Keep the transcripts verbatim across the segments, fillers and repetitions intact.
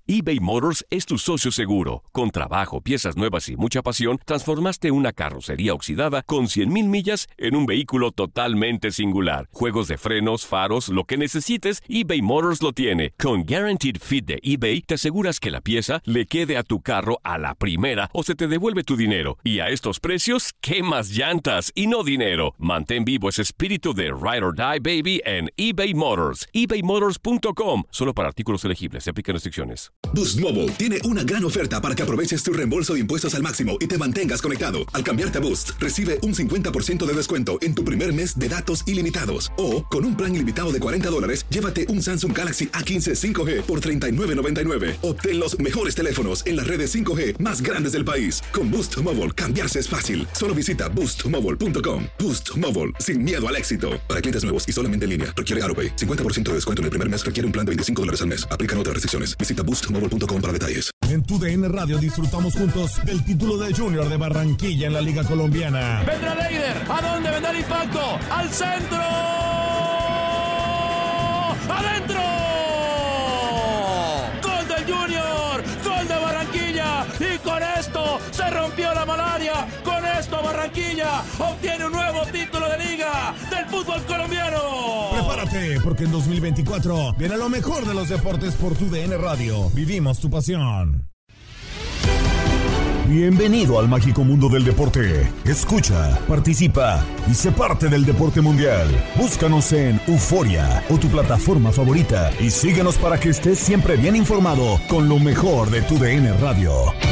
eBay Motors es tu socio seguro. Con trabajo, piezas nuevas y mucha pasión, transformaste una carrocería oxidada con cien mil millas en un vehículo totalmente singular. Juegos de frenos, faros, lo que necesites, eBay Motors lo tiene. Con Guaranteed Fit de eBay, te aseguras que la pieza le quede a tu carro a la primera o se te devuelve tu dinero. Y a estos precios, ¿qué más llantas y no dinero? Mantén vivo ese espíritu de Ride or Die, baby, en eBay Motors. ebay motors punto com. Solo para artículos elegibles. Se aplican restricciones. Boost Mobile tiene una gran oferta para que aproveches tu reembolso de impuestos al máximo y te mantengas conectado. Al cambiarte a Boost, recibe un cincuenta por ciento de descuento en tu primer mes de datos ilimitados. O, con un plan ilimitado de cuarenta dólares, llévate un Samsung Galaxy A quince cinco G por treinta y nueve noventa y nueve. Obtén los mejores teléfonos en las redes cinco G más grandes del país. Con Boost Mobile, cambiarse es fácil. Solo visita boost mobile punto com. Boost Mobile, sin miedo al éxito. Para clientes nuevos y solamente en línea, requiere AutoPay. cincuenta por ciento de descuento en el primer mes requiere un plan de veinticinco dólares al mes. Aplican otras restricciones. Visita boost mobile punto com para detalles. En tu D N Radio disfrutamos juntos del título de Junior de Barranquilla en la Liga Colombiana. Vendrá Leider. ¿A dónde vendrá el impacto? ¡Al centro! ¡Adentro! ¡Gol del Junior! ¡Gol de Barranquilla! Y con esto se rompió la malaria. Con esto Barranquilla obtiene un nuevo título de liga del fútbol colombiano. Prepárate, porque en dos mil veinticuatro viene lo mejor de los deportes por tu D N Radio. Vivimos tu pasión. Bienvenido al mágico mundo del deporte. Escucha, participa y sé parte del deporte mundial. Búscanos en Euforia o tu plataforma favorita y síguenos para que estés siempre bien informado con lo mejor de tu D N Radio.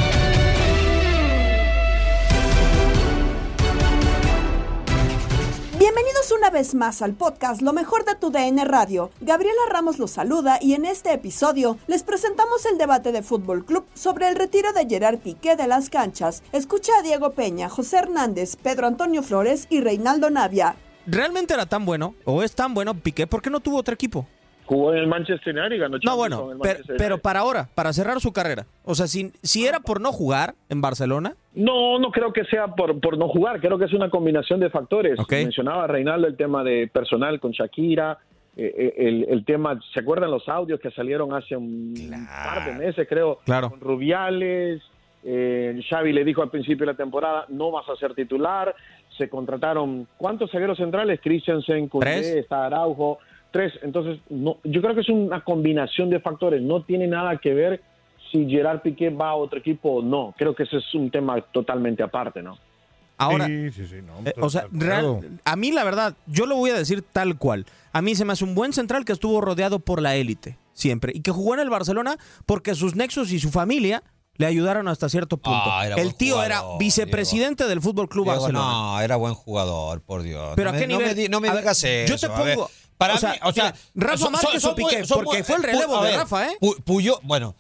Bienvenidos una vez más al podcast Lo mejor de tu D N Radio. Gabriela Ramos los saluda y en este episodio les presentamos el debate de Fútbol Club sobre el retiro de Gerard Piqué de las canchas. Escucha a Diego Peña, José Hernández, Pedro Antonio Flores y Reinaldo Navia. ¿Realmente era tan bueno o es tan bueno Piqué? ¿Por qué no tuvo otro equipo? Jugó en el Manchester United y ganó Champions. No, bueno, pero, pero para ahora, para cerrar su carrera. O sea, si, si era por no jugar en Barcelona. No, no creo que sea por, por no jugar. Creo que es una combinación de factores. Okay. Mencionaba Reinaldo el tema de personal con Shakira. Eh, el, el tema, ¿se acuerdan los audios que salieron hace un claro. par de meses, creo? Claro. Con Rubiales. Eh, Xavi le dijo al principio de la temporada, no vas a ser titular. Se contrataron, ¿cuántos zagueros centrales? Christensen, Koundé, está Araujo. Tres, entonces no, yo creo que es una combinación de factores, no tiene nada que ver si Gerard Piqué va a otro equipo o no, creo que ese es un tema totalmente aparte, ¿no? Ahora, sí, sí, sí, no, eh, o sea, real, a mí la verdad, yo lo voy a decir tal cual, a mí se me hace un buen central que estuvo rodeado por la élite, siempre, y que jugó en el Barcelona porque sus nexos y su familia le ayudaron hasta cierto punto. Ah, el tío jugador, era vicepresidente Diego. del Fútbol Club Diego, Barcelona. No, era buen jugador, por Dios. Pero no ¿a qué me, nivel? No me, no me digas ver, eso. Yo te pongo... Para o sea, mí, o sea, mira, Rafa Márquez son, o Piqué, son, son, porque fue el relevo a de ver, Rafa, ¿eh? Puyol, bueno,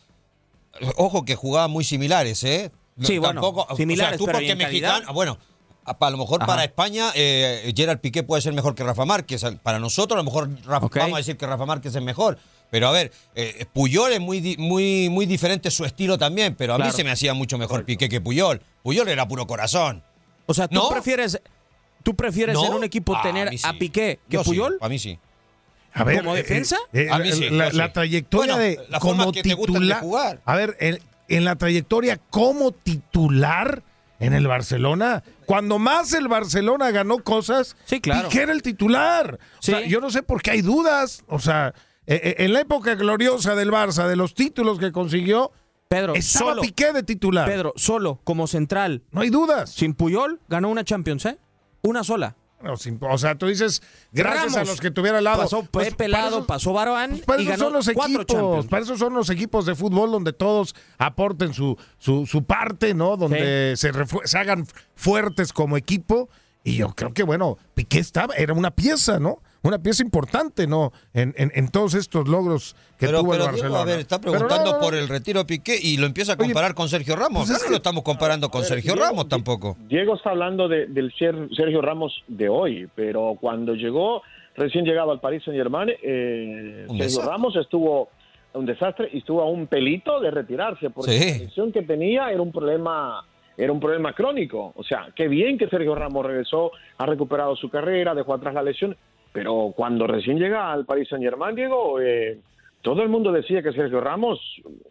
ojo que jugaban muy similares, ¿eh? Sí, Tampoco, bueno, similares, o sea, tú pero porque en mexicano, calidad. bueno, a, a lo mejor Ajá. para España eh, Gerard Piqué puede ser mejor que Rafa Márquez. Para nosotros a lo mejor Rafa, okay. vamos a decir que Rafa Márquez es mejor. Pero a ver, eh, Puyol es muy, muy, muy diferente su estilo también, pero a claro. mí se me hacía mucho mejor Correcto. Piqué que Puyol. Puyol era puro corazón. O sea, ¿tú ¿No? prefieres, tú prefieres ¿No? en un equipo ah, tener a, sí. a Piqué que Yo Puyol? Sí, a mí sí. A ver, ¿Como defensa? Eh, eh, a mí sí. La, sí. la trayectoria bueno, de la como que titular. Te jugar. A ver, en, en la trayectoria como titular en el Barcelona, cuando más el Barcelona ganó cosas, sí, claro. Piqué era el titular. O sí. sea, yo no sé por qué hay dudas. O sea, eh, en la época gloriosa del Barça, de los títulos que consiguió, Pedro, estaba solo, Piqué de titular. Pedro, solo como central. No hay dudas. Sin Puyol ganó una Champions, ¿eh? Una sola. No, sin, o sea, tú dices, gracias Ramos, a los que tuviera al lado. Pasó pues, Pepe Lado, eso, pasó Barán pues para y eso ganó son los cuatro equipos, Champions. para eso son los equipos de fútbol donde todos aporten su, su, su parte, ¿no? Donde sí. se, refu- se hagan fuertes como equipo. Y yo creo que, bueno, Piqué estaba, era una pieza, ¿no? Una pieza importante, ¿no? En, en, en todos estos logros que pero, tuvo pero el Barcelona. Diego, a ver, está preguntando no, no, por el retiro de Piqué y lo empieza a comparar Oye, con Sergio Ramos. Pues no lo estamos comparando con ver, Sergio Diego, Ramos tampoco. Diego está hablando de, del Sergio Ramos de hoy, pero cuando llegó, recién llegado al Paris Saint-Germain, eh, Sergio desastre. Ramos estuvo un desastre y estuvo a un pelito de retirarse, porque sí. la lesión que tenía era un problema... Era un problema crónico. O sea, qué bien que Sergio Ramos regresó, ha recuperado su carrera, dejó atrás la lesión, pero cuando recién llega al Paris Saint-Germain, Diego, eh, todo el mundo decía que Sergio Ramos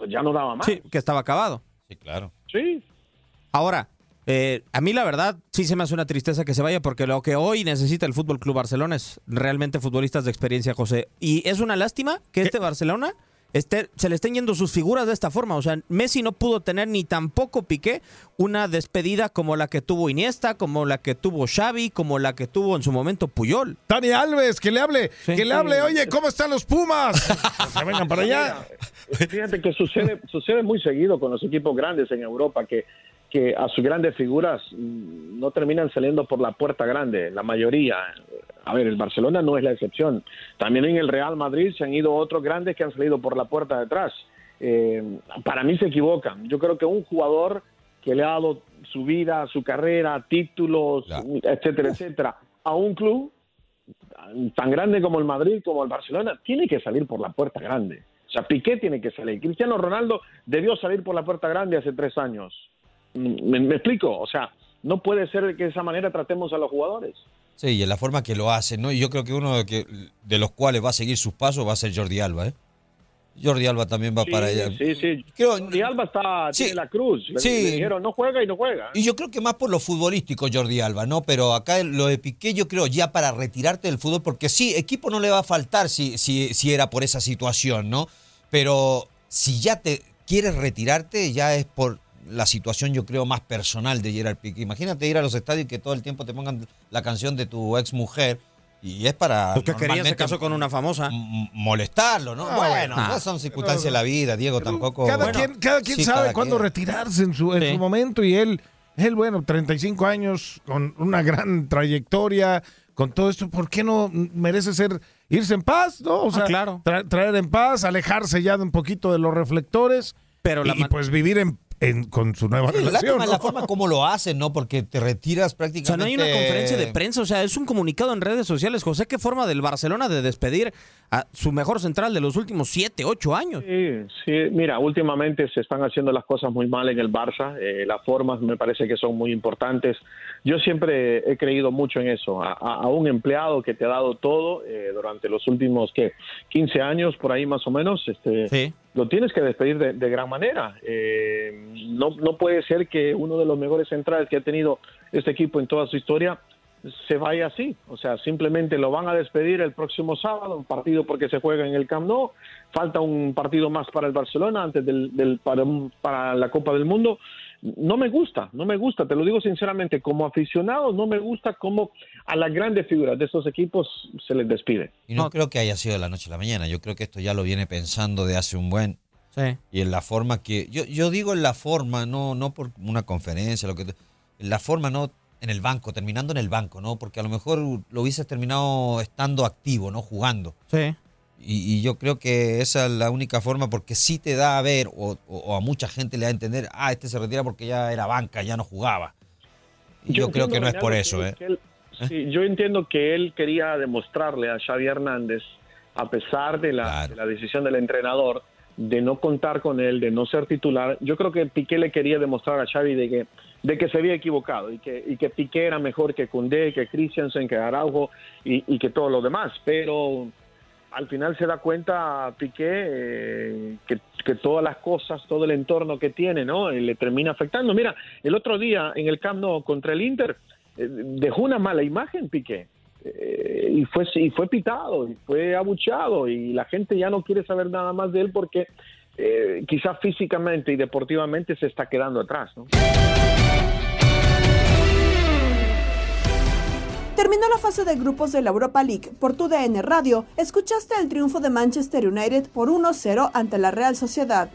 pues ya no daba más. Sí, que estaba acabado. Sí, claro. Sí. Ahora, eh, a mí la verdad sí se me hace una tristeza que se vaya porque lo que hoy necesita el Fútbol Club Barcelona es realmente futbolistas de experiencia, José. Y es una lástima que este Barcelona este, se le estén yendo sus figuras de esta forma. O sea, Messi no pudo tener ni tampoco Piqué una despedida como la que tuvo Iniesta, como la que tuvo Xavi, como la que tuvo en su momento Puyol. Dani Alves, que le hable, Sí. que le hable, oye, ¿cómo están los Pumas? Pues se vengan para allá. Fíjate que sucede, sucede muy seguido con los equipos grandes en Europa, que, que a sus grandes figuras mm, no terminan saliendo por la puerta grande, la mayoría. A ver, el Barcelona no es la excepción. También en el Real Madrid se han ido otros grandes que han salido por la puerta de atrás. Eh, para mí se equivocan. Yo creo que un jugador que le ha dado su vida, su carrera, títulos, Claro. etcétera, etcétera, a un club tan grande como el Madrid, como el Barcelona, tiene que salir por la puerta grande. O sea, Piqué tiene que salir. Cristiano Ronaldo debió salir por la puerta grande hace tres años. ¿Me, me explico? O sea, no puede ser que de esa manera tratemos a los jugadores. Sí, y en la forma que lo hace, ¿no? Y yo creo que uno de, que, de los cuales va a seguir sus pasos va a ser Jordi Alba, ¿eh? Jordi Alba también va Sí, para allá. sí, sí. Creo- Jordi Alba está, Sí. tiene la cruz. Le, Sí. le dijeron, no juega y no juega. Y yo creo que más por lo futbolístico Jordi Alba, ¿no? Pero acá lo de Piqué yo creo ya para retirarte del fútbol, porque sí, equipo no le va a faltar si, si, si era por esa situación, ¿no? Pero si ya te quieres retirarte, ya es por la situación, yo creo, más personal de Gerard Piqué. Imagínate ir a los estadios y que todo el tiempo te pongan la canción de tu ex mujer y es para ¿Tú qué querías? ¿Se normalmente casó con una famosa? m- molestarlo, ¿no? Ah, bueno, bueno. no son circunstancias de la vida, Diego, tampoco. Cada Bueno, quien, cada quien sí, sabe cada cuándo quien. retirarse en su, en Sí. su momento y él, él, bueno, treinta y cinco años, con una gran trayectoria, con todo esto, ¿por qué no merece ser irse en paz, no? O Ah, sea, claro. tra- traer en paz, alejarse ya de un poquito de los reflectores Pero y, la y man- pues vivir en, en- con su nueva Sí, relación. lástima ¿no? la forma como lo hacen, ¿no? Porque te retiras O prácticamente. sea, no hay una conferencia de prensa, o sea, es un comunicado en redes sociales. José, ¿qué forma del Barcelona de despedir a su mejor central de los últimos siete, ocho años? Sí, sí, mira, últimamente se están haciendo las cosas muy mal en el Barça, eh, las formas me parece que son muy importantes. Yo siempre he creído mucho en eso, a, a- a un empleado que te ha dado todo eh, durante los últimos, ¿qué? quince años, por ahí más o menos, este, Sí. lo tienes que despedir de, de gran manera. Eh, no, no puede ser que uno de los mejores centrales que ha tenido este equipo en toda su historia se vaya así. O sea, simplemente lo van a despedir el próximo sábado, un partido porque se juega en el Camp Nou. Falta un partido más para el Barcelona antes del, del para, para la Copa del Mundo. No me gusta, no me gusta, te lo digo sinceramente, como aficionado no me gusta cómo a las grandes figuras de estos equipos se les despide. Y no, No. creo que haya sido de la noche a la mañana. Yo creo que esto ya lo viene pensando de hace un buen. Sí. Y en la forma que. Yo, yo digo en la forma, no, no por una conferencia, lo que. En la forma, no en el banco, terminando en el banco, ¿no? Porque a lo mejor lo hubieses terminado estando activo, ¿no? Jugando. Sí. Y, y yo creo que esa es la única forma, porque sí te da a ver, o, o- o a mucha gente le da a entender, ah, este se retira porque ya era banca, ya no jugaba. Y yo, creo entiendo, que no es por Reinaldo, eso, que- ¿eh? que él- sí, yo entiendo que él quería demostrarle a Xavi Hernández, a pesar de la, Claro. de la decisión del entrenador, de no contar con él, de no ser titular, yo creo que Piqué le quería demostrar a Xavi de que, de que se había equivocado y que, y que Piqué era mejor que Koundé, que Christensen, que Araujo y, y que todo lo demás, pero al final se da cuenta Piqué eh, que, que todas las cosas, todo el entorno que tiene, ¿no? Eh, le termina afectando. Mira, el otro día en el Camp Nou contra el Inter eh, dejó una mala imagen Piqué eh, y fue y fue pitado y fue abucheado y la gente ya no quiere saber nada más de él porque eh, quizás físicamente y deportivamente se está quedando atrás, ¿no? Terminó la fase de grupos de la Europa League. Por tu D N Radio, escuchaste el triunfo de Manchester United por uno cero ante la Real Sociedad.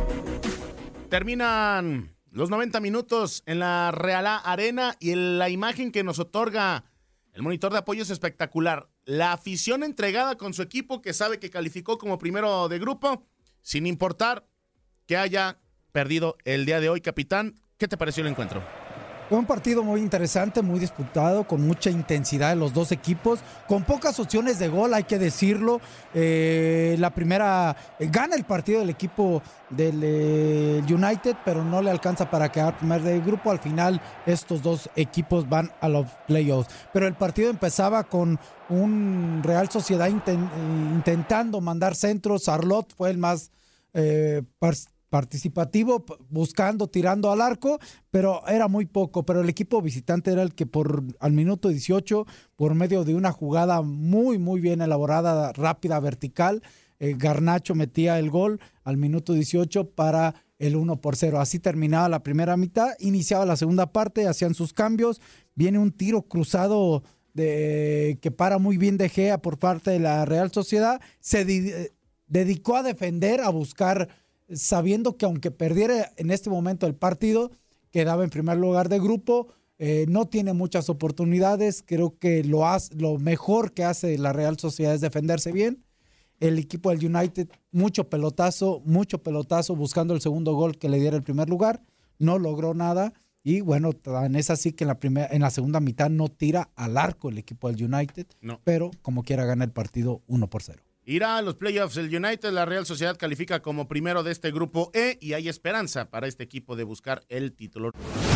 Terminan los noventa minutos en la Real Arena y en la imagen que nos otorga el monitor de apoyo es espectacular. La afición entregada con su equipo que sabe que calificó como primero de grupo, sin importar que haya perdido el día de hoy. Capitán, ¿qué te pareció el encuentro? Fue un partido muy interesante, muy disputado, con mucha intensidad de los dos equipos, con pocas opciones de gol, hay que decirlo. Eh, la primera, eh, gana el partido del equipo del eh, United, pero no le alcanza para quedar primer del grupo. Al final, estos dos equipos van a los playoffs. Pero el partido empezaba con un Real Sociedad inten- intentando mandar centros. Sarlot fue el más eh, par- participativo, buscando, tirando al arco, pero era muy poco. Pero el equipo visitante era el que por al minuto dieciocho, por medio de una jugada muy, muy bien elaborada, rápida, vertical, eh, Garnacho metía el gol al minuto dieciocho para el uno por cero. Así terminaba la primera mitad, iniciaba la segunda parte, hacían sus cambios, viene un tiro cruzado de, que para muy bien De Gea por parte de la Real Sociedad, se di- dedicó a defender, a buscar, sabiendo que aunque perdiera en este momento el partido, quedaba en primer lugar de grupo, eh, no tiene muchas oportunidades, creo que lo, hace, lo mejor que hace la Real Sociedad es defenderse bien. El equipo del United, mucho pelotazo, mucho pelotazo, buscando el segundo gol que le diera el primer lugar, no logró nada, y bueno, tan es así que en la, primera, en la segunda mitad no tira al arco el equipo del United, no. Pero como quiera gana el partido uno por cero. Irá a los playoffs el United, la Real Sociedad califica como primero de este grupo E y hay esperanza para este equipo de buscar el título.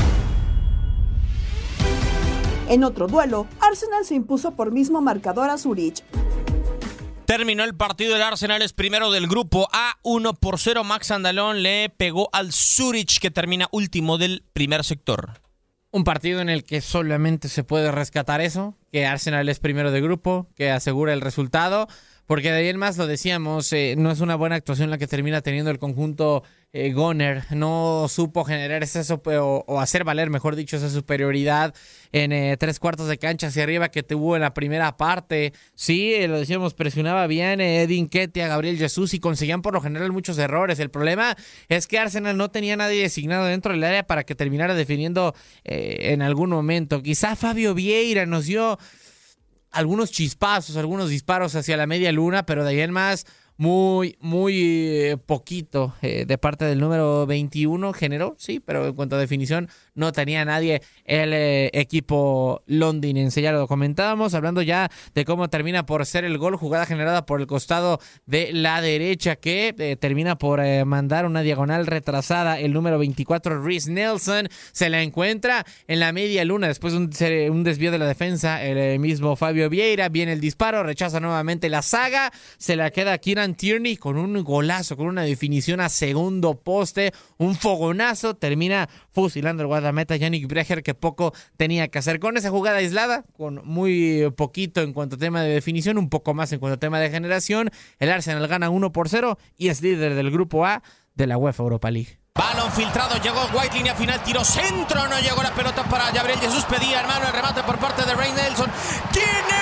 En otro duelo, Arsenal se impuso por mismo marcador a Zurich. Terminó el partido, el Arsenal es primero del grupo A, uno por cero. Max Andalón le pegó al Zurich, que termina último del primer sector. Un partido en el que solamente se puede rescatar eso, que Arsenal es primero de grupo, que asegura el resultado, porque de ahí en más lo decíamos, eh, no es una buena actuación la que termina teniendo el conjunto eh, Gunner, no supo generar esa super, o, o hacer valer, mejor dicho, esa superioridad en eh, tres cuartos de cancha hacia arriba que tuvo en la primera parte. Sí, eh, lo decíamos, presionaba bien eh, Edin Nketiah, Gabriel Jesús, y conseguían por lo general muchos errores. El problema es que Arsenal no tenía nadie designado dentro del área para que terminara definiendo eh, en algún momento. Quizá Fabio Vieira nos dio algunos chispazos, algunos disparos hacia la media luna, pero de ahí en más muy, muy eh, poquito eh, de parte del número veintiuno generó, sí, pero en cuanto a definición no tenía nadie el eh, equipo londinense. Ya lo comentábamos, hablando ya de cómo termina por ser el gol, jugada generada por el costado de la derecha, que eh, termina por eh, mandar una diagonal retrasada. El número veinticuatro, Reiss Nelson, se la encuentra en la media luna después de un, un desvío de la defensa. El eh, mismo Fabio Vieira, viene el disparo, rechaza nuevamente la saga, se la queda Kieran Tierney con un golazo, con una definición a segundo poste, un fogonazo, termina fusilando el guardameta Yannick Brecher, que poco tenía que hacer con esa jugada aislada, con muy poquito en cuanto a tema de definición, un poco más en cuanto a tema de generación. El Arsenal gana uno por cero y es líder del grupo A de la UEFA Europa League. Balón filtrado, llegó White, línea final, tiro centro, no llegó la pelota para Gabriel Jesús, pedía hermano el remate por parte de Reiss Nelson. ¡Tiene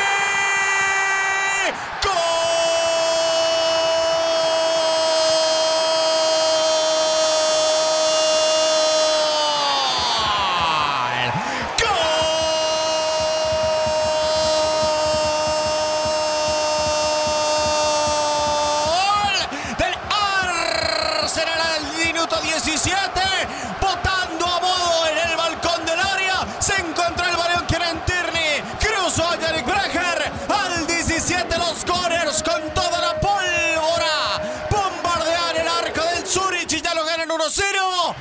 gol! diecisiete, botando a modo en el balcón del área, se encontró el balón Kieran Tierney, cruzó a Yannick Brecher, al diecisiete los Gunners con toda la pólvora, bombardean el arco del Zurich y ya lo ganan uno cero.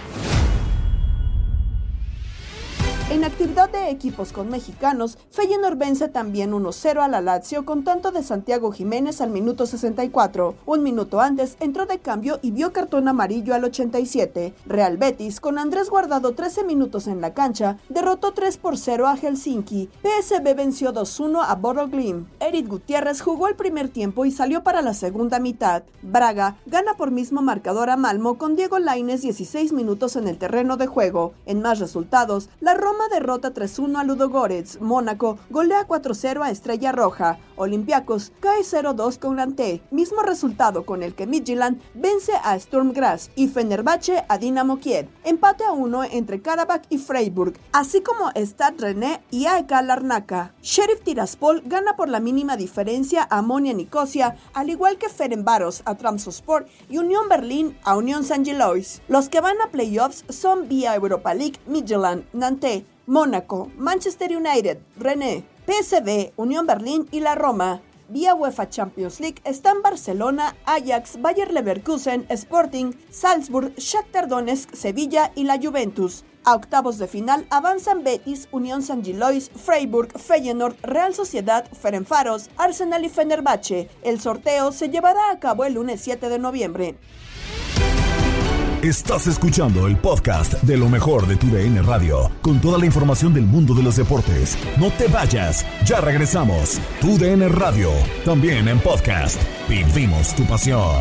En actividad de equipos con mexicanos, Feyenoord vence también uno cero a la Lazio con tanto de Santiago Jiménez al minuto sesenta y cuatro. Un minuto antes entró de cambio y vio cartón amarillo al ochenta y siete. Real Betis, con Andrés Guardado trece minutos en la cancha, derrotó tres por cero a Helsinki. P S V venció dos uno a Bodo Glimt. Eric Gutiérrez jugó el primer tiempo y salió para la segunda mitad. Braga gana por mismo marcador a Malmo con Diego Lainez dieciséis minutos en el terreno de juego. En más resultados, la Roma derrota tres uno a Ludogorets, Mónaco golea cuatro cero a Estrella Roja, Olympiacos cae cero dos con Nantes, mismo resultado con el que Midtjylland vence a Sturm Graz y Fenerbahce a Dinamo Kiev, empate a uno entre Karabakh y Freiburg, así como Stade Rennais y A E K Larnaca. Sheriff Tiraspol gana por la mínima diferencia a Omonia Nicosia, al igual que Ferencváros a Trabzonspor y Unión Berlín a Unión Saint-Gilloise. Los que van a playoffs son vía Europa League, Midtjylland, Nantes, Mónaco, Manchester United, Rennes, P S V, Unión Berlín y la Roma. Vía UEFA Champions League están Barcelona, Ajax, Bayer Leverkusen, Sporting, Salzburg, Shakhtar Donetsk, Sevilla y la Juventus. A octavos de final avanzan Betis, Unión Saint-Gilloise, Freiburg, Feyenoord, Real Sociedad, Ferencváros, Arsenal y Fenerbahce. El sorteo se llevará a cabo el lunes siete de noviembre. Estás escuchando el podcast de lo mejor de tu D N Radio, con toda la información del mundo de los deportes. No te vayas, ya regresamos. Tu D N Radio, también en podcast. Vivimos tu pasión.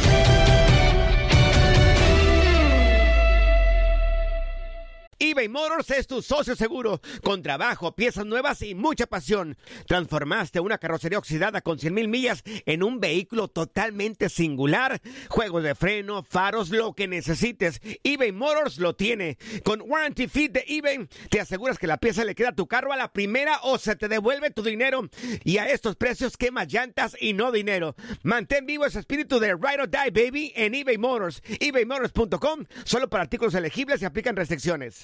eBay Motors es tu socio seguro, con trabajo, piezas nuevas y mucha pasión. Transformaste una carrocería oxidada con cien mil millas en un vehículo totalmente singular. Juegos de freno, faros, lo que necesites, eBay Motors lo tiene. Con Warranty Fit de eBay, te aseguras que la pieza le queda a tu carro a la primera o se te devuelve tu dinero. Y a estos precios, quemas llantas y no dinero. Mantén vivo ese espíritu de Ride or Die, baby, en eBay Motors. eBay Motors punto com, solo para artículos elegibles y aplican restricciones.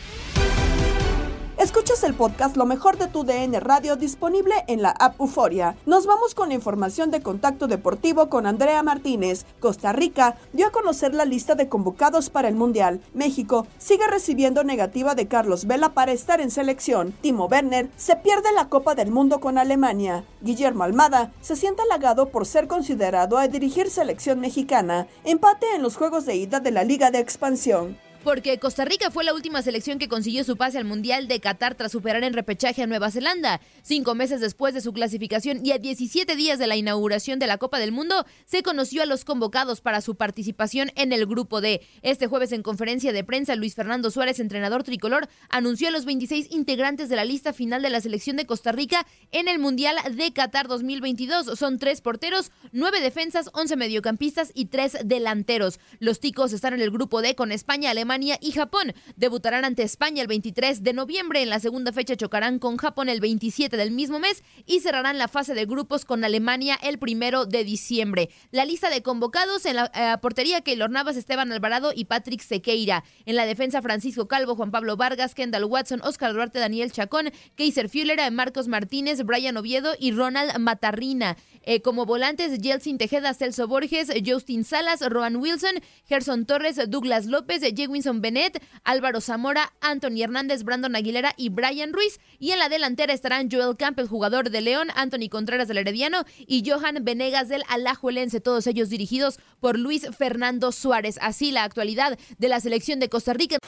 Escuchas el podcast Lo Mejor de tu D N Radio, disponible en la app Euforia. Nos vamos con la información de Contacto Deportivo con Andrea Martínez. Costa Rica dio a conocer la lista de convocados para el Mundial. México sigue recibiendo negativa de Carlos Vela para estar en selección. Timo Werner se pierde la Copa del Mundo con Alemania. Guillermo Almada se siente halagado por ser considerado a dirigir selección mexicana. Empate en los juegos de ida de la Liga de Expansión. Porque Costa Rica fue la última selección que consiguió su pase al Mundial de Qatar tras superar en repechaje a Nueva Zelanda. Cinco meses después de su clasificación y a diecisiete días de la inauguración de la Copa del Mundo, se conoció a los convocados para su participación en el Grupo D. Este jueves, en conferencia de prensa, Luis Fernando Suárez, entrenador tricolor, anunció a los veintiséis integrantes de la lista final de la selección de Costa Rica en el Mundial de Qatar dos mil veintidós. Son tres porteros, nueve defensas, once mediocampistas y tres delanteros. Los ticos están en el Grupo D con España, Alemania y Japón. Debutarán ante España el veintitrés de noviembre. En la segunda fecha chocarán con Japón el veintisiete del mismo mes y cerrarán la fase de grupos con Alemania el primero de diciembre. La lista de convocados: en la eh, portería, Keylor Navas, Esteban Alvarado y Patrick Sequeira. En la defensa, Francisco Calvo, Juan Pablo Vargas, Kendall Watson, Oscar Duarte, Daniel Chacón, Keiser Fuller, Marcos Martínez, Brian Oviedo y Ronald Matarrina. Eh, como volantes, Yeltsin Tejeda, Celso Borges, Justin Salas, Roan Wilson, Gerson Torres, Douglas López, Jewinson Bennett, Álvaro Zamora, Anthony Hernández, Brandon Aguilera y Brian Ruiz. Y en la delantera estarán Joel Campbell, jugador de León, Anthony Contreras del Herediano y Johan Venegas del Alajuelense, todos ellos dirigidos por Luis Fernando Suárez. Así la actualidad de la selección de Costa Rica.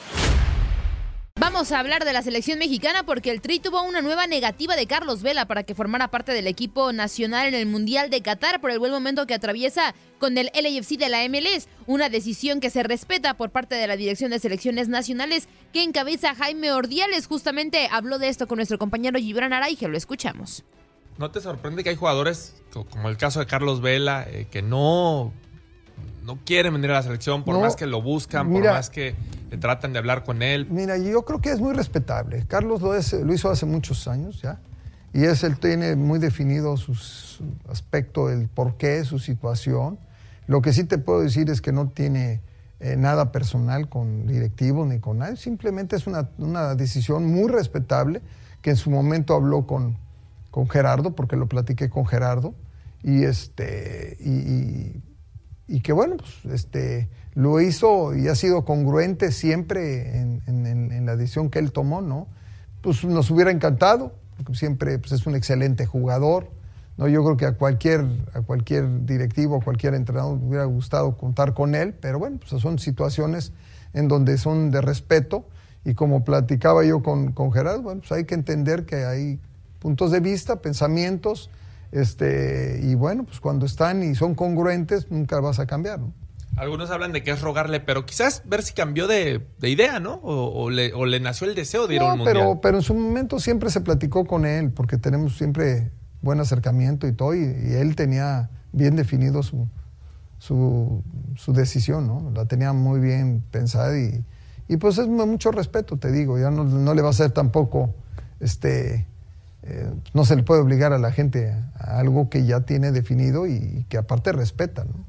Vamos a hablar de la selección mexicana porque el Tri tuvo una nueva negativa de Carlos Vela para que formara parte del equipo nacional en el Mundial de Qatar por el buen momento que atraviesa con el L A F C de la M L S. Una decisión que se respeta por parte de la Dirección de Selecciones Nacionales que encabeza Jaime Ordiales. Justamente habló de esto con nuestro compañero Gibran Araige. Lo escuchamos. ¿No te sorprende que hay jugadores, como el caso de Carlos Vela, eh, que no... no quieren venir a la selección por no, más que lo buscan, mira, por más que tratan de hablar con él? Mira, yo creo que es muy respetable. Carlos lo, es, lo hizo hace muchos años ya. Y es, él tiene muy definido su, su aspecto, el porqué, su situación. Lo que sí te puedo decir es que no tiene eh, nada personal con directivos ni con nadie. Simplemente es una, una decisión muy respetable que en su momento habló con, con Gerardo, porque lo platiqué con Gerardo. Y este... y, y Y que bueno, pues este, lo hizo y ha sido congruente siempre en, en, en la decisión que él tomó, ¿no? Pues nos hubiera encantado, porque siempre pues, es un excelente jugador, ¿no? Yo creo que a cualquier, a cualquier directivo, a cualquier entrenador le hubiera gustado contar con él, pero bueno, pues son situaciones en donde son de respeto, y como platicaba yo con, con Gerardo, bueno, pues hay que entender que hay puntos de vista, pensamientos. Este, y bueno, pues cuando están y son congruentes, nunca vas a cambiar, ¿no? Algunos hablan de que es rogarle, pero quizás ver si cambió de, de idea, ¿no? O, o, le, o le nació el deseo de ir no, a un mundial. Pero, pero en su momento siempre se platicó con él, porque tenemos siempre buen acercamiento y todo, y, y él tenía bien definido su, su, su decisión, ¿no? La tenía muy bien pensada y, y pues es mucho respeto, te digo, ya no, no le va a ser tampoco, este... Eh, no se le puede obligar a la gente a algo que ya tiene definido y que aparte respeta, ¿no?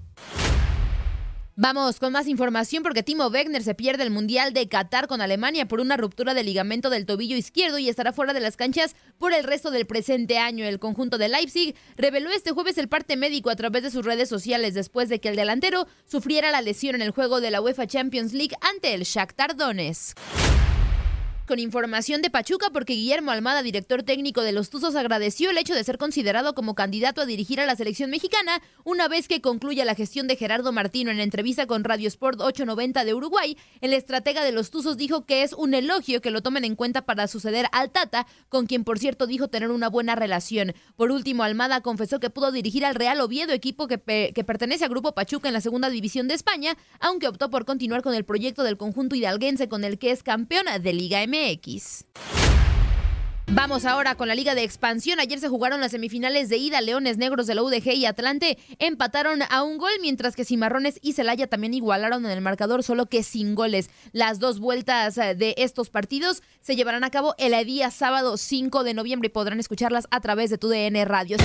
Vamos con más información porque Timo Werner se pierde el Mundial de Qatar con Alemania por una ruptura del ligamento del tobillo izquierdo y estará fuera de las canchas por el resto del presente año. El conjunto de Leipzig reveló este jueves el parte médico a través de sus redes sociales después de que el delantero sufriera la lesión en el juego de la UEFA Champions League ante el Shakhtar Donetsk. Con información de Pachuca, porque Guillermo Almada, director técnico de los Tuzos, agradeció el hecho de ser considerado como candidato a dirigir a la selección mexicana una vez que concluya la gestión de Gerardo Martino. En entrevista con Radio Sport ochocientos noventa de Uruguay, el estratega de los Tuzos dijo que es un elogio que lo tomen en cuenta para suceder al Tata, con quien por cierto dijo tener una buena relación. Por último, Almada confesó que pudo dirigir al Real Oviedo, equipo que, pe- que pertenece al Grupo Pachuca en la segunda división de España, aunque optó por continuar con el proyecto del conjunto hidalguense con el que es campeón de Liga M X. Vamos ahora con la Liga de Expansión. Ayer se jugaron las semifinales de ida. Leones Negros de la U D G y Atlante empataron a un gol, mientras que Cimarrones y Celaya también igualaron en el marcador, solo que sin goles. Las dos vueltas de estos partidos se llevarán a cabo el día sábado cinco de noviembre y podrán escucharlas a través de tu D N Radio.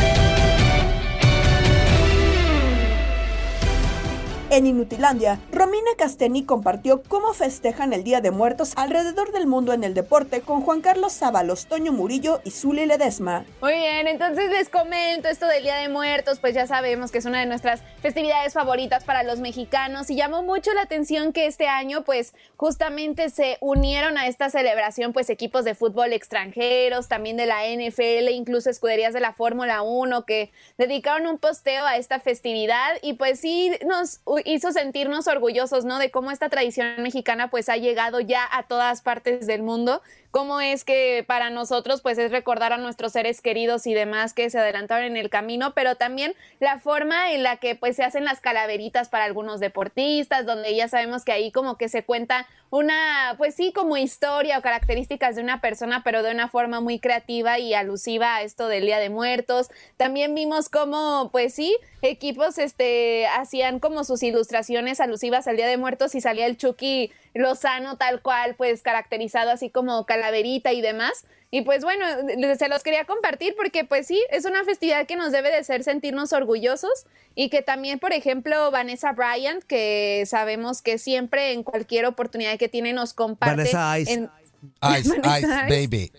En Inutilandia, Romina Casteni compartió cómo festejan el Día de Muertos alrededor del mundo en el deporte con Juan Carlos Sábalos, Toño Murillo y Zuli Ledesma. Muy bien, entonces les comento esto del Día de Muertos, pues ya sabemos que es una de nuestras festividades favoritas para los mexicanos y llamó mucho la atención que este año pues justamente se unieron a esta celebración pues equipos de fútbol extranjeros, también de la N F L, incluso escuderías de la Fórmula uno que dedicaron un posteo a esta festividad y pues sí nos hizo sentirnos orgullosos, ¿no? De cómo esta tradición mexicana pues ha llegado ya a todas partes del mundo, cómo es que para nosotros pues es recordar a nuestros seres queridos y demás que se adelantaron en el camino, pero también la forma en la que pues se hacen las calaveritas para algunos deportistas, donde ya sabemos que ahí como que se cuenta una, pues sí, como historia o características de una persona, pero de una forma muy creativa y alusiva a esto del Día de Muertos. También vimos cómo, pues sí, equipos este, hacían como sus ilustraciones alusivas al Día de Muertos y salía el Chucky Lozano tal cual, pues caracterizado así como calaverita y demás. Y pues bueno, se los quería compartir porque pues sí, es una festividad que nos debe de hacer sentirnos orgullosos y que también, por ejemplo, Vanessa Bryant, que sabemos que siempre en cualquier oportunidad que tiene nos comparte. Vanessa Ice. En, Ice, Vanessa Ice, Ice.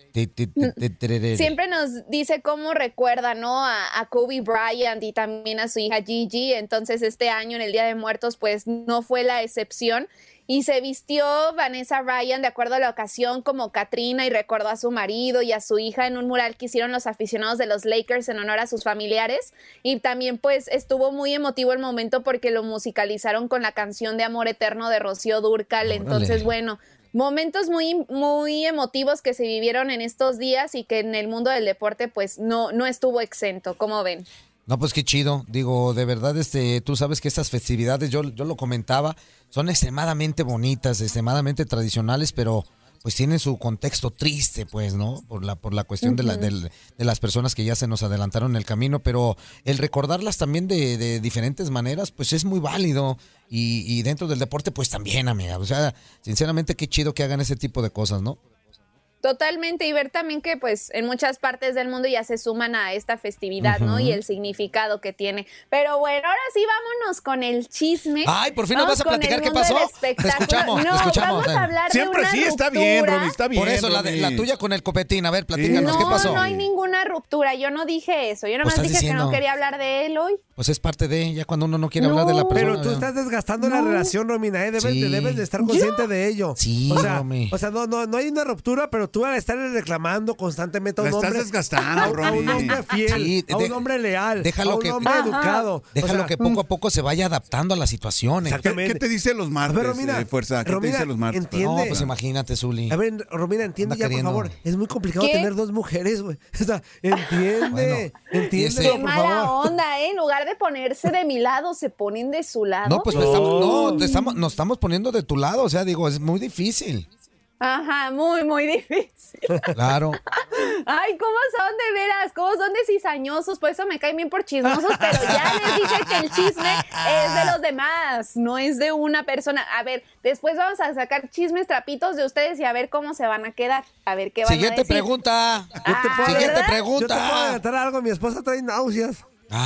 baby. Siempre nos dice cómo recuerda, ¿no? A, a Kobe Bryant y también a su hija Gigi. Entonces este año en el Día de Muertos pues no fue la excepción. Y se vistió Vanessa Ryan de acuerdo a la ocasión como Katrina y recordó a su marido y a su hija en un mural que hicieron los aficionados de los Lakers en honor a sus familiares. Y también pues estuvo muy emotivo el momento porque lo musicalizaron con la canción de Amor Eterno de Rocío Dúrcal. Órale. Entonces, bueno, momentos muy, muy emotivos que se vivieron en estos días y que en el mundo del deporte pues no, no estuvo exento. ¿Cómo ven? No, pues qué chido. Digo, de verdad, este, tú sabes que estas festividades, yo, yo lo comentaba, son extremadamente bonitas, extremadamente tradicionales, pero pues tienen su contexto triste, pues, ¿no? Por la, por la cuestión uh-huh. de, la, de, de las personas que ya se nos adelantaron en el camino, pero el recordarlas también de, de diferentes maneras, pues es muy válido. Y, y dentro del deporte, pues también, amiga. O sea, sinceramente, qué chido que hagan ese tipo de cosas, ¿no? Totalmente, y ver también que pues en muchas partes del mundo ya se suman a esta festividad, uh-huh. ¿no? Y el significado que tiene. Pero bueno, ahora sí vámonos con el chisme. Ay, por fin nos vas a platicar qué pasó. Te escuchamos, no, te escuchamos. Vamos a hablar Siempre de una sí, ruptura. está bien, Romy, está bien. Por eso, la, de, la tuya con el copetín. A ver, platícanos, no, ¿qué pasó? No, hay ninguna ruptura, yo no dije eso. Yo nomás dije diciendo? que no quería hablar de él hoy. Pues es parte de, ya cuando uno no quiere no, hablar de la persona. Pero tú estás desgastando no. la relación, Romina, ¿eh? Debes, sí. de, debes de estar consciente ¿Yo? de ello. Sí, o sea, Romy. O sea, no, no, no hay una ruptura, pero tú al estar reclamando constantemente a un la hombre. estás desgastando, a, Romy. a un hombre fiel, sí, de, a un hombre leal, déjalo a un que, hombre ajá. educado. Déjalo o sea, que poco a poco se vaya adaptando a las situaciones. Exactamente. ¿Qué, ¿Qué te dice los martes, ver, Romina, eh, Fuerza? ¿Qué Romina, te dice los martes? Entiende. No, pues imagínate, Zuli. A ver, Romina, entiende ya, queriendo. por favor. Es muy complicado ¿Qué? tener dos mujeres, güey. O sea, entiende. Bueno, entiende, Qué por mala favor. onda, ¿eh? En lugar de ponerse de mi lado, se ponen de su lado. No, pues, pues estamos, no, te estamos, nos estamos poniendo de tu lado. O sea, digo, es muy difícil. Ajá, muy, muy difícil. Claro. Ay, ¿cómo son de veras? ¿Cómo son de cizañosos? Por eso me caen bien por chismosos, pero ya les dije que el chisme es de los demás, no es de una persona. A ver, después vamos a sacar chismes, trapitos de ustedes y a ver cómo se van a quedar. A ver qué van Siguiente a decir. pregunta. Ah, Siguiente ¿verdad? pregunta. Yo te puedo adelantar algo, mi esposa trae náuseas.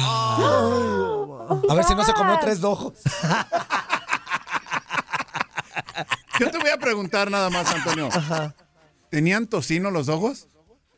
Ah. A ver si no se comió tres dojos. Yo te voy a preguntar nada más, Antonio. Ajá. ¿Tenían tocino los ojos?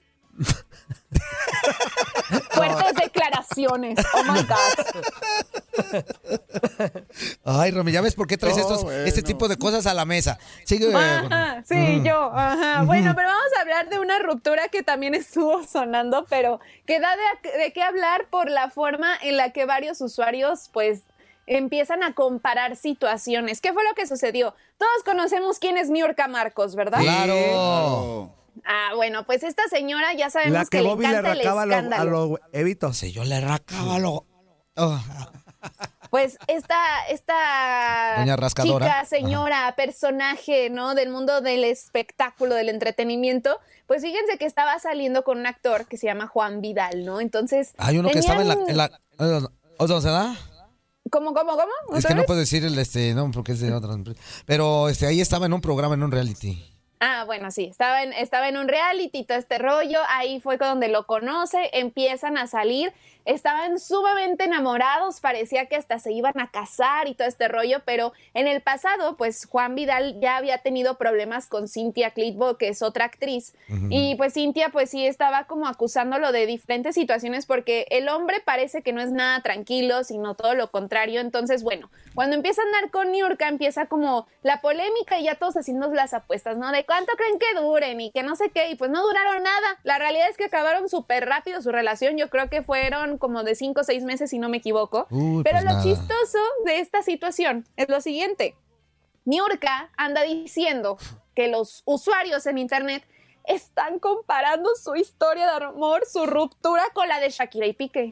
Fuertes declaraciones. Oh my God. Ay, Romy, ¿ya ves por qué traes No, estos, bueno. este tipo de cosas a la mesa? Sigue. Ajá, sí, Mm. yo. Ajá. Bueno, pero vamos a hablar de una ruptura que también estuvo sonando, pero que da de, de qué hablar por la forma en la que varios usuarios, pues, empiezan a comparar situaciones. ¿Qué fue lo que sucedió? Todos conocemos quién es Niurka Marcos, ¿verdad? Claro. Ah, bueno, pues esta señora ya sabemos La que que, Bobby le le encanta el racaba a los escándalo. lo evitos. Sí, yo le racaba lo. Oh. Pues esta, esta Doña Rascadora. chica, señora, personaje, ¿no? Del mundo del espectáculo, del entretenimiento, pues fíjense que estaba saliendo con un actor que se llama Juan Vidal, ¿no? Entonces. Hay uno que estaba en la. tenían- En la ¿O sea, se da? ¿Cómo, cómo, cómo? Es ¿Otra que no vez? puedo decir el este, no, porque es de otra empresa. Pero este, ahí estaba en un programa, en un reality. Ah, bueno, sí, estaba en, estaba en un reality, todo este rollo, ahí fue donde lo conoce, empiezan a salir, estaban sumamente enamorados, parecía que hasta se iban a casar y todo este rollo, pero en el pasado, pues Juan Vidal ya había tenido problemas con Cynthia Clitbo, que es otra actriz, Ujú. y pues Cynthia pues sí estaba como acusándolo de diferentes situaciones porque el hombre parece que no es nada tranquilo, sino todo lo contrario, entonces bueno, cuando empieza a andar con Niurka empieza como la polémica y ya todos haciendo las apuestas, ¿no? De cuánto creen que duren y que no sé qué, y pues no duraron nada. La realidad es que acabaron súper rápido su relación. Yo creo que fueron como de cinco o seis meses, si no me equivoco. Uy, Pero pues lo nada. chistoso de esta situación es lo siguiente. Niurka anda diciendo que los usuarios en internet están comparando su historia de amor, su ruptura con la de Shakira y Piqué.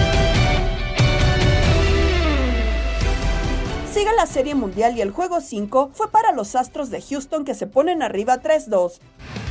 Sigue la Serie Mundial y el Juego cinco fue para los Astros de Houston que se ponen arriba tres dos.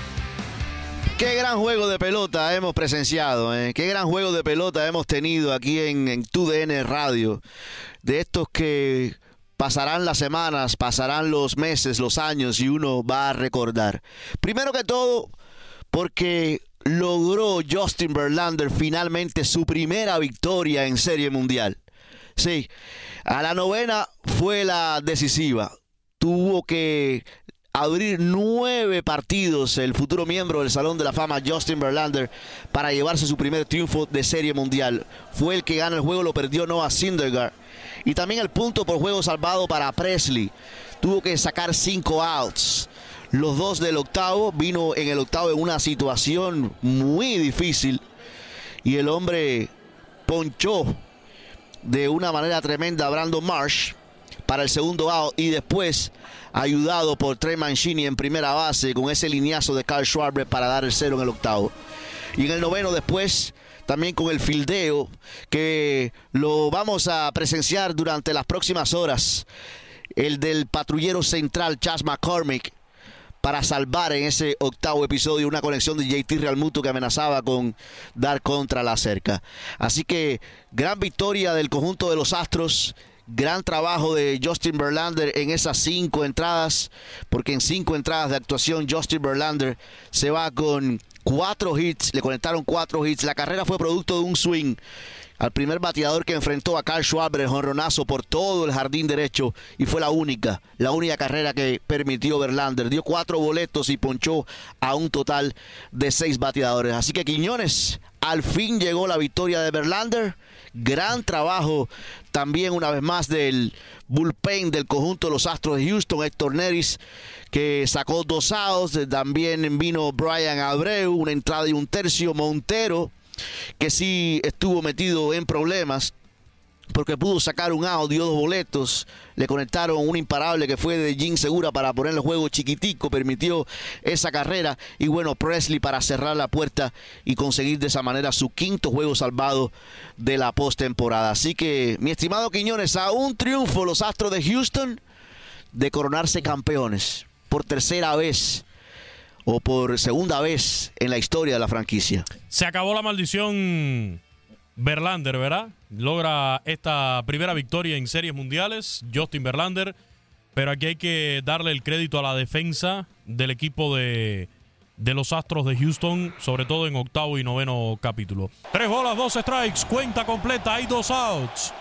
Qué gran juego de pelota hemos presenciado, ¿eh? Qué gran juego de pelota hemos tenido aquí en, en Tu D N Radio. De estos que pasarán las semanas, pasarán los meses, los años y uno va a recordar. Primero que todo, porque logró Justin Verlander finalmente su primera victoria en Serie Mundial. Sí, a la novena fue la decisiva. Tuvo que abrir nueve partidos el futuro miembro del Salón de la Fama, Justin Verlander, para llevarse su primer triunfo de Serie Mundial. Fue el que gana el juego, lo perdió Noah Syndergaard. Y también el punto por juego salvado para Presley. Tuvo que sacar cinco outs. Los dos del octavo, vino en el octavo en una situación muy difícil. Y el hombre ponchó de una manera tremenda a Brandon Marsh para el segundo out y después ayudado por Trey Mancini en primera base con ese lineazo de Kyle Schwarber para dar el cero en el octavo. Y en el noveno después también con el fildeo que lo vamos a presenciar durante las próximas horas, el del patrullero central Chas McCormick, para salvar en ese octavo episodio una conexión de J T Realmuto que amenazaba con dar contra la cerca. Así que gran victoria del conjunto de los Astros, gran trabajo de Justin Verlander en esas cinco entradas, porque en cinco entradas de actuación Justin Verlander se va con cuatro hits, le conectaron cuatro hits. La carrera fue producto de un swing al primer bateador que enfrentó a Kyle Schwarber, el jonronazo por todo el jardín derecho, y fue la única, la única carrera que permitió Verlander. Dio cuatro boletos y ponchó a un total de seis bateadores. Así que Quiñones, al fin llegó la victoria de Verlander. Gran trabajo también una vez más del bullpen del conjunto de los Astros de Houston, Héctor Neris, que sacó dos outs. También vino Brian Abreu, una entrada y un tercio. Montero, que sí estuvo metido en problemas porque pudo sacar un out, dio dos boletos, le conectaron un imparable que fue de Jim Segura para poner el juego chiquitico, permitió esa carrera, y bueno, Presley para cerrar la puerta y conseguir de esa manera su quinto juego salvado de la postemporada. Así que, mi estimado Quiñones, a un triunfo los Astros de Houston de coronarse campeones por tercera vez o por segunda vez en la historia de la franquicia. Se acabó la maldición Verlander, ¿verdad? Logra esta primera victoria en series mundiales, Justin Verlander, pero aquí hay que darle el crédito a la defensa del equipo de, de los Astros de Houston, sobre todo en octavo y noveno capítulo. Tres bolas, dos strikes, cuenta completa, hay dos outs.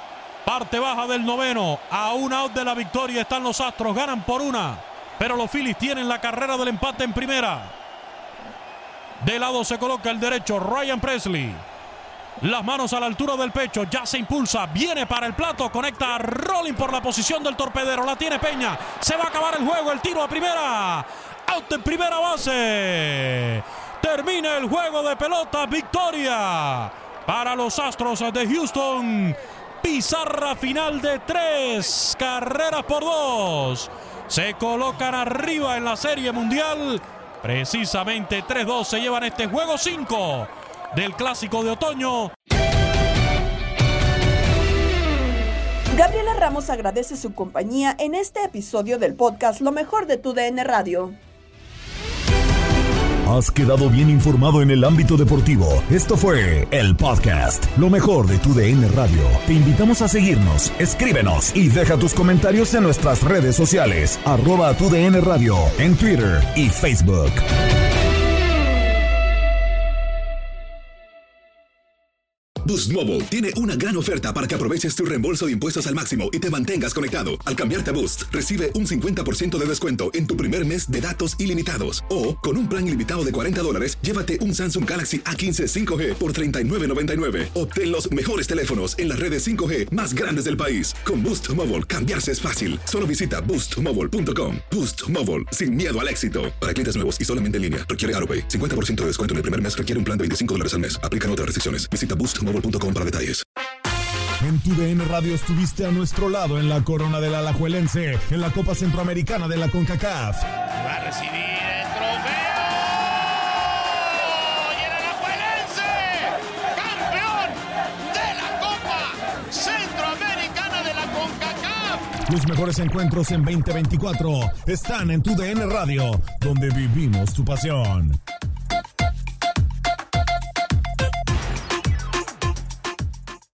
Parte baja del noveno, a un out de la victoria están los Astros, ganan por una, pero los Phillies tienen la carrera del empate en primera. De lado se coloca el derecho Ryan Presley. Las manos a la altura del pecho, ya se impulsa, viene para el plato, conecta a Rolling por la posición del torpedero, la tiene Peña, se va a acabar el juego, el tiro a primera, out en primera base, termina el juego de pelota, victoria para los Astros de Houston, pizarra final de tres carreras por dos, se colocan arriba en la Serie Mundial, precisamente tres dos se llevan este juego cinco del Clásico de Otoño. Gabriela Ramos agradece su compañía en este episodio del podcast Lo mejor de tu D N Radio. Has quedado bien informado en el ámbito deportivo. Esto fue el podcast Lo mejor de tu D N Radio. Te invitamos a seguirnos, escríbenos y deja tus comentarios en nuestras redes sociales, arroba tu D N Radio, en Twitter y Facebook. Boost Mobile tiene una gran oferta para que aproveches tu reembolso de impuestos al máximo y te mantengas conectado. Al cambiarte a Boost, recibe un cincuenta por ciento de descuento en tu primer mes de datos ilimitados. O, con un plan ilimitado de cuarenta dólares, llévate un Samsung Galaxy A quince cinco G por treinta y nueve noventa y nueve. Obtén los mejores teléfonos en las redes cinco G más grandes del país. Con Boost Mobile, cambiarse es fácil. Solo visita boost mobile punto com. Boost Mobile, sin miedo al éxito. Para clientes nuevos y solamente en línea, requiere AutoPay. cincuenta por ciento de descuento en el primer mes, requiere un plan de veinticinco dólares al mes. Aplican otras restricciones. Visita boost mobile punto com para detalles. En tu D N Radio estuviste a nuestro lado en la corona del Alajuelense, en la Copa Centroamericana de la CONCACAF. Va a recibir el trofeo. Y el Alajuelense, campeón de la Copa Centroamericana de la CONCACAF. Los mejores encuentros en veinte veinticuatro están en tu D N Radio, donde vivimos tu pasión.